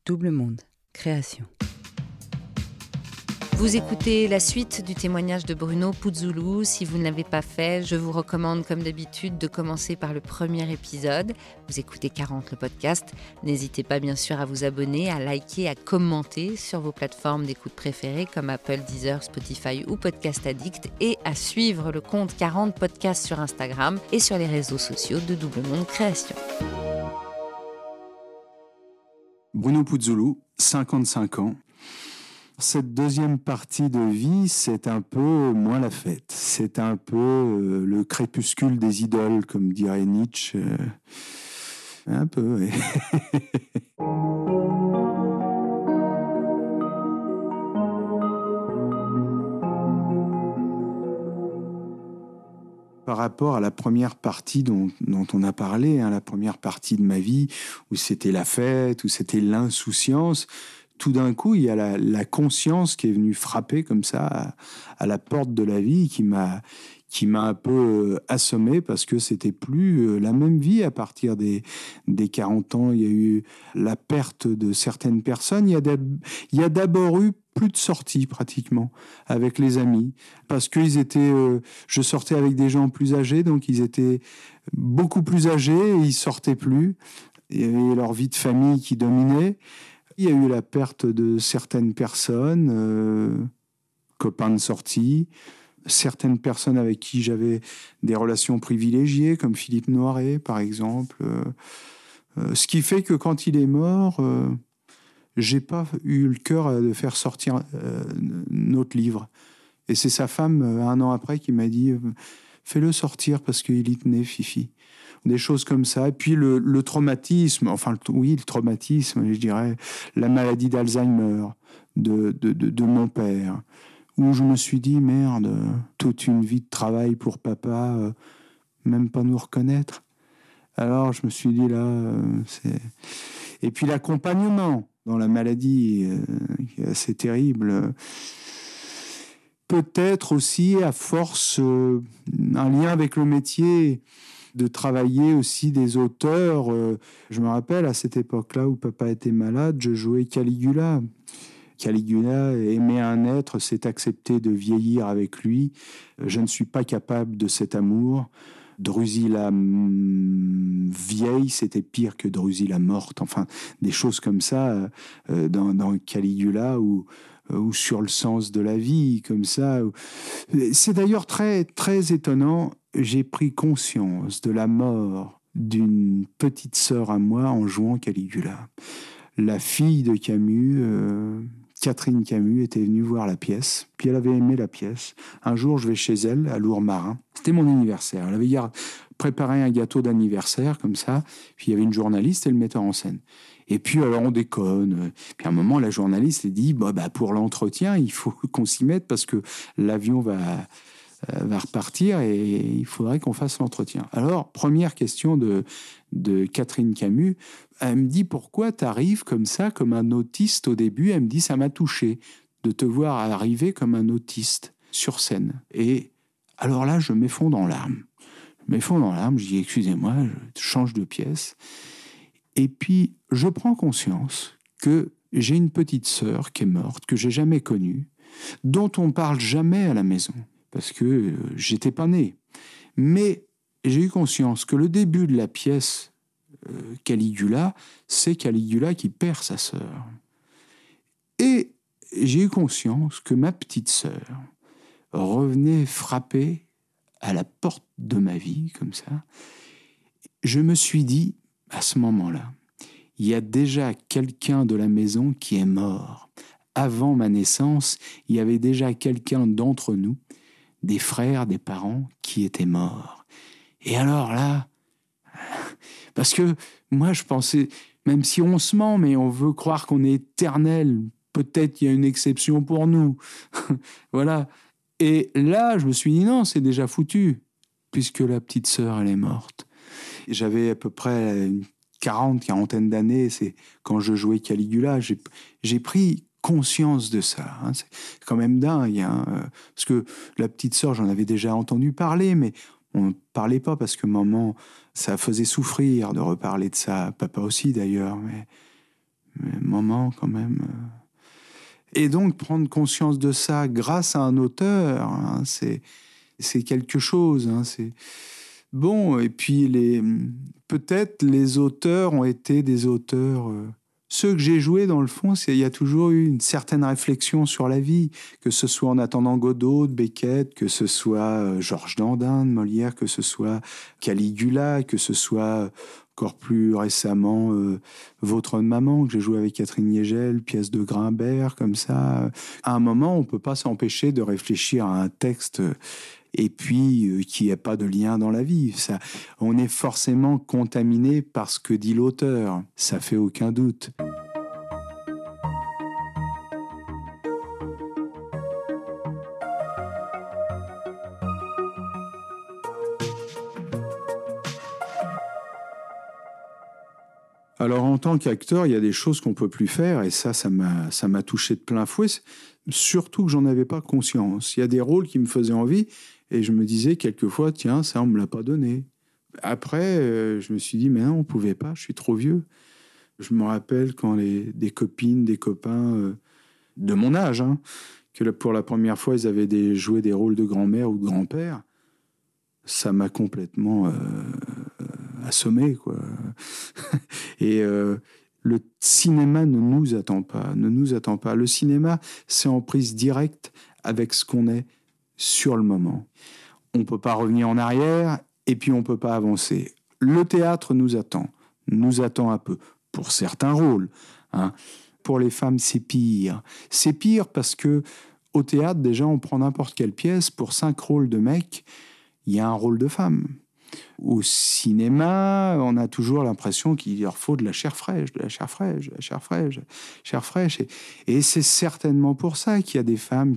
Double Monde, création. Vous écoutez la suite du témoignage de Bruno Puzzulu. Si vous ne l'avez pas fait, je vous recommande comme d'habitude de commencer par le premier épisode. Vous écoutez 40 le podcast. N'hésitez pas bien sûr à vous abonner, à liker, à commenter sur vos plateformes d'écoute préférées comme Apple, Deezer, Spotify ou Podcast Addict et à suivre le compte 40 podcasts sur Instagram et sur les réseaux sociaux de Double Monde Création. Bruno Puzzulu, 55 ans. Cette deuxième partie de vie, c'est un peu moins la fête. C'est un peu le crépuscule des idoles, comme dirait Nietzsche. Un peu, oui. Par rapport à la première partie dont on a parlé, la première partie de ma vie, où c'était la fête, où c'était l'insouciance, tout d'un coup, il y a la conscience qui est venue frapper comme ça à la porte de la vie, qui m'a un peu assommé parce que c'était plus la même vie à partir des 40 ans. Il y a eu la perte de certaines personnes. Il y a d'abord eu plus de sorties pratiquement avec les amis parce que je sortais avec des gens plus âgés, donc ils étaient beaucoup plus âgés et ils sortaient plus. Il y avait leur vie de famille qui dominait. Il y a eu la perte de certaines personnes, copains de sortie, certaines personnes avec qui j'avais des relations privilégiées, comme Philippe Noiret, par exemple. Ce qui fait que quand il est mort, j'ai pas eu le cœur de faire sortir notre livre. Et c'est sa femme, 1 an après, qui m'a dit « Fais-le sortir parce qu'il y tenait, Fifi ». Des choses comme ça. Et puis le traumatisme, le traumatisme, je dirais, la maladie d'Alzheimer de mon père, où je me suis dit, merde, toute une vie de travail pour papa, même pas nous reconnaître. Alors je me suis dit, là, c'est... Et puis l'accompagnement dans la maladie, qui est assez terrible. Peut-être aussi, à force, un lien avec le métier, de travailler aussi des auteurs. Je me rappelle, à cette époque-là où papa était malade, je jouais Caligula. Caligula, aimer un être, c'est accepter de vieillir avec lui. Je ne suis pas capable de cet amour. Drusilla vieille, c'était pire que Drusilla morte. Enfin, des choses comme ça dans Caligula ou sur le sens de la vie, comme ça. C'est d'ailleurs très, très étonnant. J'ai pris conscience de la mort d'une petite sœur à moi en jouant Caligula. La fille de Camus, Catherine Camus, était venue voir la pièce, puis elle avait aimé la pièce. Un jour, je vais chez elle, à Lourmarin. C'était mon anniversaire. Elle avait préparé un gâteau d'anniversaire, comme ça, puis il y avait une journaliste et le metteur en scène. Et puis, alors, on déconne. Puis, à un moment, la journaliste dit, pour l'entretien, il faut qu'on s'y mette parce que l'avion va repartir et il faudrait qu'on fasse l'entretien. Alors, première question de Catherine Camus, elle me dit, pourquoi t'arrives comme ça, comme un autiste au début? Elle me dit, ça m'a touché de te voir arriver comme un autiste sur scène. Et alors là, je m'effondre en larmes. Je dis, excusez-moi, je change de pièce. Et puis, je prends conscience que j'ai une petite sœur qui est morte, que j'ai jamais connue, dont on parle jamais à la maison. Parce que j'étais pas né. Mais j'ai eu conscience que le début de la pièce Caligula, c'est Caligula qui perd sa sœur. Et j'ai eu conscience que ma petite sœur revenait frapper à la porte de ma vie, comme ça. Je me suis dit, à ce moment-là, il y a déjà quelqu'un de la maison qui est mort. Avant ma naissance, il y avait déjà quelqu'un d'entre nous, des frères, des parents, qui étaient morts. Et alors là, parce que moi je pensais, même si on se ment, mais on veut croire qu'on est éternel, peut-être il y a une exception pour nous. Voilà. Et là, je me suis dit non, c'est déjà foutu, puisque la petite sœur, elle est morte. J'avais à peu près une quarantaine d'années, c'est quand je jouais Caligula, j'ai pris conscience de ça. C'est quand même dingue, parce que la petite sœur, j'en avais déjà entendu parler, mais on ne parlait pas parce que maman, ça faisait souffrir de reparler de ça, papa aussi d'ailleurs, Mais maman, quand même. Et donc, prendre conscience de ça grâce à un auteur, hein, c'est quelque chose. Hein, c'est... Bon, et puis peut-être les auteurs ont été des auteurs... Ceux que j'ai joués, dans le fond, il y a toujours eu une certaine réflexion sur la vie, que ce soit En attendant Godot de Beckett, que ce soit Georges Dandin de Molière, que ce soit Caligula, que ce soit encore plus récemment Votre maman, que j'ai joué avec Catherine Niégel, pièce de Grimbert, comme ça. À un moment, on ne peut pas s'empêcher de réfléchir à un texte et puis qu'il n'y ait pas de lien dans la vie. Ça, on est forcément contaminé par ce que dit l'auteur, ça fait aucun doute. Alors en tant qu'acteur, il y a des choses qu'on ne peut plus faire, et ça m'a touché de plein fouet, surtout que j'en avais pas conscience. Il y a des rôles qui me faisaient envie, et je me disais quelquefois, tiens, ça on me l'a pas donné. Après, je me suis dit, mais non, on ne pouvait pas, je suis trop vieux. Je me rappelle quand des copines, des copains de mon âge, hein, que pour la première fois, ils avaient joué des rôles de grand-mère ou de grand-père. Ça m'a complètement assommé, quoi. Et le cinéma ne nous attend pas, ne nous attend pas. Le cinéma, c'est en prise directe avec ce qu'on est sur le moment. On ne peut pas revenir en arrière et puis on ne peut pas avancer. Le théâtre nous attend un peu, pour certains rôles. Hein. Pour les femmes, c'est pire. C'est pire parce que au théâtre, déjà, on prend n'importe quelle pièce. Pour 5 rôles de mecs, il y a un rôle de femme. Au cinéma, on a toujours l'impression qu'il leur faut de la chair fraîche. Et c'est certainement pour ça qu'il y a des femmes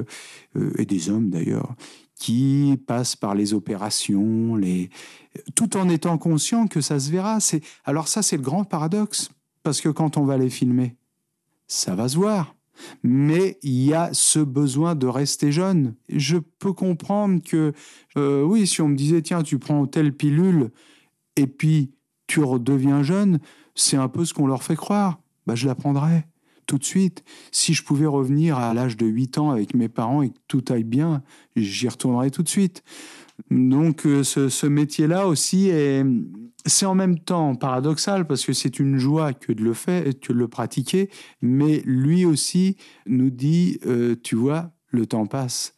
et des hommes d'ailleurs, qui passent par les opérations, tout en étant conscients que ça se verra. Alors ça, c'est le grand paradoxe, parce que quand on va les filmer, ça va se voir. Mais il y a ce besoin de rester jeune. Je peux comprendre que, oui, si on me disait, tiens, tu prends telle pilule et puis tu redeviens jeune, c'est un peu ce qu'on leur fait croire. Je la prendrais tout de suite. Si je pouvais revenir à l'âge de 8 ans avec mes parents et que tout aille bien, j'y retournerais tout de suite. Donc ce métier-là aussi, c'est en même temps paradoxal parce que c'est une joie que de le pratiquer, mais lui aussi nous dit, tu vois, le temps passe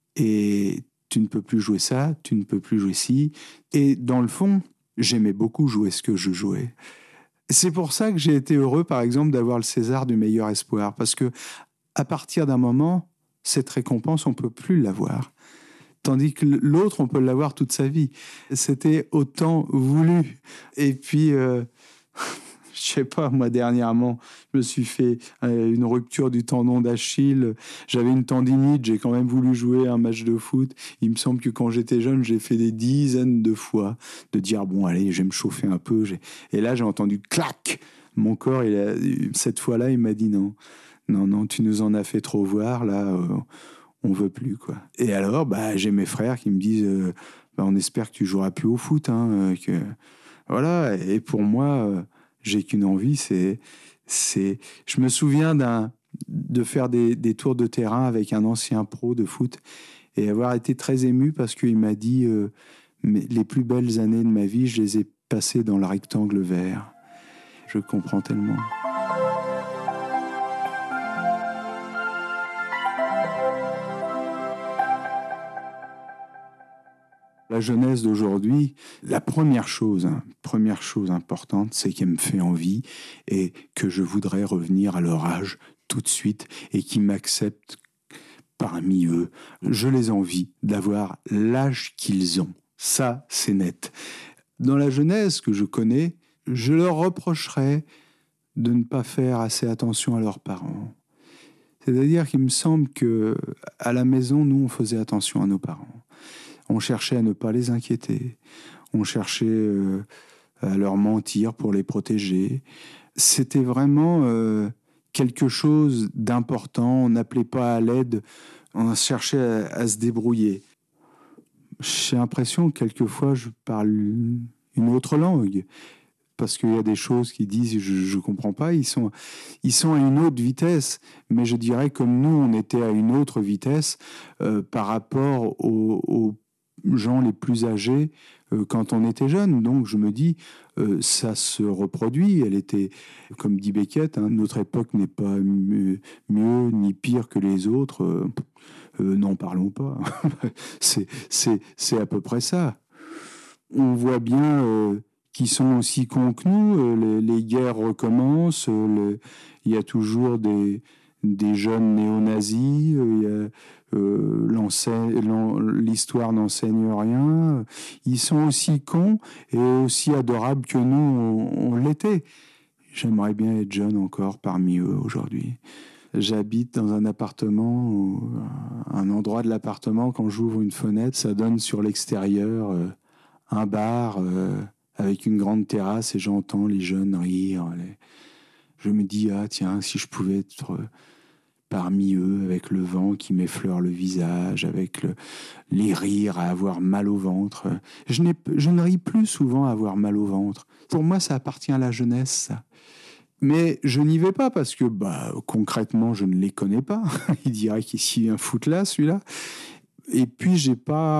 et tu ne peux plus jouer ça, tu ne peux plus jouer ci. Et dans le fond, j'aimais beaucoup jouer ce que je jouais. C'est pour ça que j'ai été heureux, par exemple, d'avoir le César du meilleur espoir, parce que à partir d'un moment, cette récompense, on ne peut plus l'avoir. Tandis que l'autre, on peut l'avoir toute sa vie. C'était autant voulu. Et puis, je sais pas, moi, dernièrement, je me suis fait une rupture du tendon d'Achille. J'avais une tendinite, j'ai quand même voulu jouer un match de foot. Il me semble que quand j'étais jeune, j'ai fait des dizaines de fois de dire, bon, allez, je vais me chauffer un peu. Et là, j'ai entendu clac. Mon corps, cette fois-là, il m'a dit non, tu nous en as fait trop voir, là... on veut plus, quoi. Et alors, j'ai mes frères qui me disent on espère que tu joueras plus au foot, hein, voilà. Et pour moi, j'ai qu'une envie, c'est je me souviens de faire des tours de terrain avec un ancien pro de foot et avoir été très ému parce qu'il m'a dit les plus belles années de ma vie, je les ai passées dans le rectangle vert. Je comprends tellement. La jeunesse d'aujourd'hui, la première chose importante, c'est qu'elle me fait envie et que je voudrais revenir à leur âge tout de suite et qu'ils m'acceptent parmi eux. Je les envie d'avoir l'âge qu'ils ont. Ça, c'est net. Dans la jeunesse que je connais, je leur reprocherais de ne pas faire assez attention à leurs parents. C'est-à-dire qu'il me semble qu'à la maison, nous, on faisait attention à nos parents. On cherchait à ne pas les inquiéter. On cherchait à leur mentir pour les protéger. C'était vraiment quelque chose d'important. On n'appelait pas à l'aide. On cherchait à se débrouiller. J'ai l'impression que quelquefois, je parle une autre langue. parce qu'il y a des choses qu'ils disent, je comprends pas. Ils sont à une autre vitesse, mais je dirais comme nous, on était à une autre vitesse par rapport aux gens les plus âgés quand on était jeune. Donc je me dis, ça se reproduit. Elle était, comme dit Beckett, notre époque n'est pas mieux ni pire que les autres. N'en parlons pas. c'est à peu près ça. On voit bien qu'ils sont aussi cons que nous. Les guerres recommencent. Il y a toujours des jeunes néo-nazis. L'histoire n'enseigne rien. Ils sont aussi cons et aussi adorables que nous, on l'était. J'aimerais bien être jeune encore parmi eux aujourd'hui. J'habite dans un appartement, un endroit de l'appartement, quand j'ouvre une fenêtre, ça donne sur l'extérieur un bar avec une grande terrasse et j'entends les jeunes rire. Je me dis, ah tiens, si je pouvais être parmi eux, avec le vent qui m'effleure le visage, avec les rires à avoir mal au ventre. Je ne ris plus souvent à avoir mal au ventre. Pour moi, ça appartient à la jeunesse, ça. Mais je n'y vais pas parce que, concrètement, je ne les connais pas. Il dirait qu'ici vient foutre là, celui-là. Et puis, j'ai pas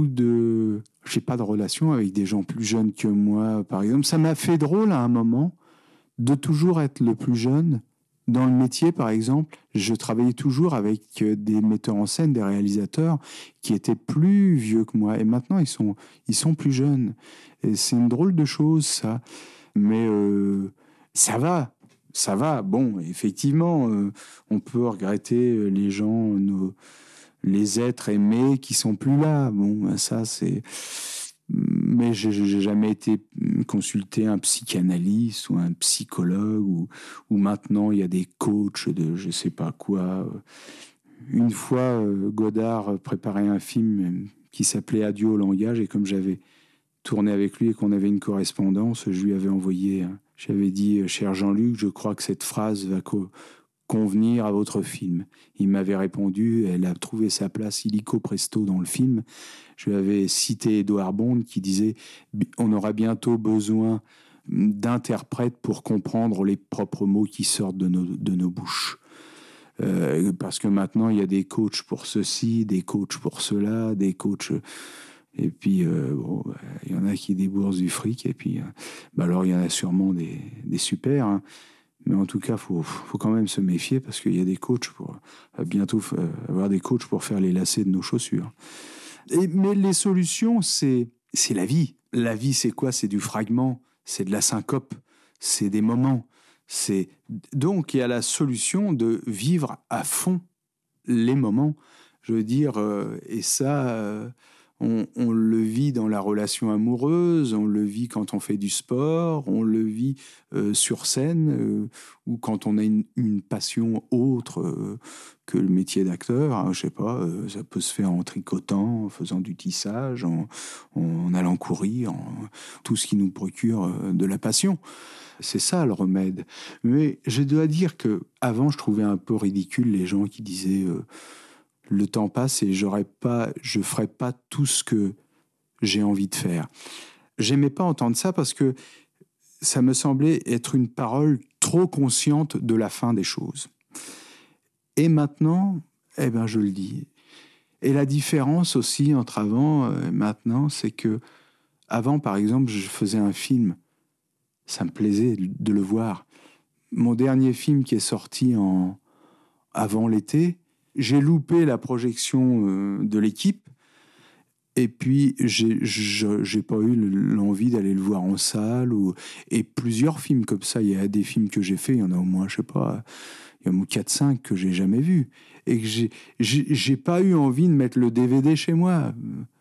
de relation avec des gens plus jeunes que moi, par exemple. Ça m'a fait drôle à un moment de toujours être le plus jeune. Dans le métier, par exemple, je travaillais toujours avec des metteurs en scène, des réalisateurs qui étaient plus vieux que moi. Et maintenant, ils sont plus jeunes. Et c'est une drôle de chose, ça. Mais ça va. Bon, effectivement, on peut regretter les gens, les êtres aimés qui sont plus là. Bon, ça, c'est... Mais j'ai jamais été consulter un psychanalyste ou un psychologue ou maintenant il y a des coachs de je sais pas quoi. Une fois, Godard préparait un film qui s'appelait Adieu au langage et comme j'avais tourné avec lui et qu'on avait une correspondance, je lui avais envoyé, j'avais dit, cher Jean-Luc, je crois que cette phrase va convenir à votre film. Il m'avait répondu, elle a trouvé sa place illico presto dans le film. Je lui avais cité Édouard Bond qui disait on aura bientôt besoin d'interprètes pour comprendre les propres mots qui sortent de nos bouches. Parce que maintenant il y a des coachs pour ceci, des coachs pour cela, des coachs... Et puis, il y en a qui déboursent du fric, et puis, alors il y en a sûrement des super, hein. Mais en tout cas, faut quand même se méfier parce qu'il y a des coachs pour bientôt avoir des coachs pour faire les lacets de nos chaussures. Mais les solutions, c'est la vie. La vie, c'est quoi ? C'est du fragment, c'est de la syncope, c'est des moments. Donc, il y a la solution de vivre à fond les moments. Je veux dire, et ça... On le vit dans la relation amoureuse, on le vit quand on fait du sport, on le vit sur scène ou quand on a une passion autre que le métier d'acteur. Hein, je sais pas, ça peut se faire en tricotant, en faisant du tissage, en allant courir, tout ce qui nous procure de la passion. C'est ça le remède. Mais je dois dire que avant, je trouvais un peu ridicule les gens qui disaient... le temps passe et je ferai pas tout ce que j'ai envie de faire. J'aimais pas entendre ça parce que ça me semblait être une parole trop consciente de la fin des choses. Et maintenant, je le dis. Et la différence aussi entre avant et maintenant, c'est que avant, par exemple, je faisais un film. Ça me plaisait de le voir. Mon dernier film qui est sorti avant l'été, j'ai loupé la projection de l'équipe et puis j'ai pas eu l'envie d'aller le voir en salle et plusieurs films comme ça. Il y a des films que j'ai faits, il y en a au moins, je sais pas, il y en a 4-5 que j'ai jamais vus et que j'ai pas eu envie de mettre le DVD chez moi.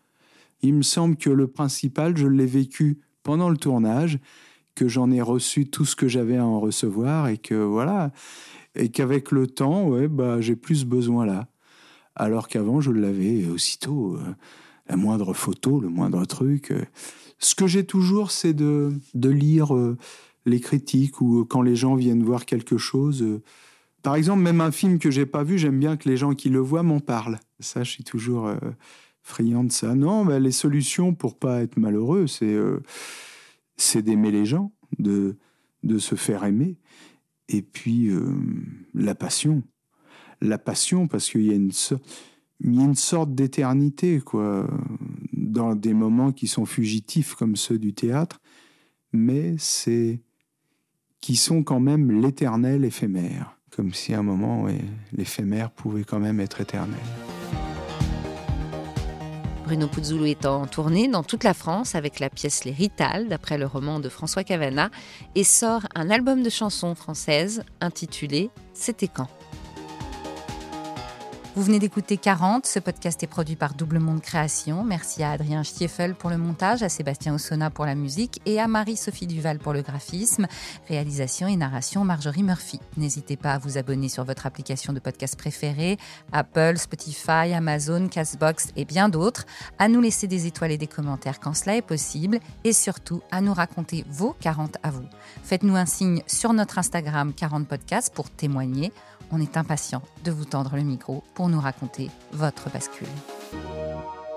Il me semble que le principal, je l'ai vécu pendant le tournage, que j'en ai reçu tout ce que j'avais à en recevoir et que voilà... Et qu'avec le temps, j'ai plus besoin là. Alors qu'avant, je l'avais aussitôt. La moindre photo, le moindre truc. Ce que j'ai toujours, c'est de lire les critiques ou quand les gens viennent voir quelque chose. Par exemple, même un film que j'ai pas vu, j'aime bien que les gens qui le voient m'en parlent. Ça, je suis toujours friand de ça. Non, les solutions pour pas être malheureux, c'est d'aimer les gens. de se faire aimer. Et puis, la passion. La passion, parce qu'il y a une sorte d'éternité, quoi, dans des moments qui sont fugitifs comme ceux du théâtre, mais qui sont quand même l'éternel éphémère. Comme si à un moment, l'éphémère pouvait quand même être éternel. Bruno Puzzolo est en tournée dans toute la France avec la pièce Les Rital, d'après le roman de François Cavana, et sort un album de chansons françaises intitulé « C'était quand ». Vous venez d'écouter 40, ce podcast est produit par Double Monde Création. Merci à Adrien Stiefel pour le montage, à Sébastien Ossona pour la musique et à Marie-Sophie Duval pour le graphisme. Réalisation et narration Marjorie Murphy. N'hésitez pas à vous abonner sur votre application de podcast préférée, Apple, Spotify, Amazon, Castbox et bien d'autres, à nous laisser des étoiles et des commentaires quand cela est possible et surtout à nous raconter vos 40 à vous. Faites-nous un signe sur notre Instagram 40 podcasts pour témoigner. On est impatient de vous tendre le micro pour nous raconter votre bascule.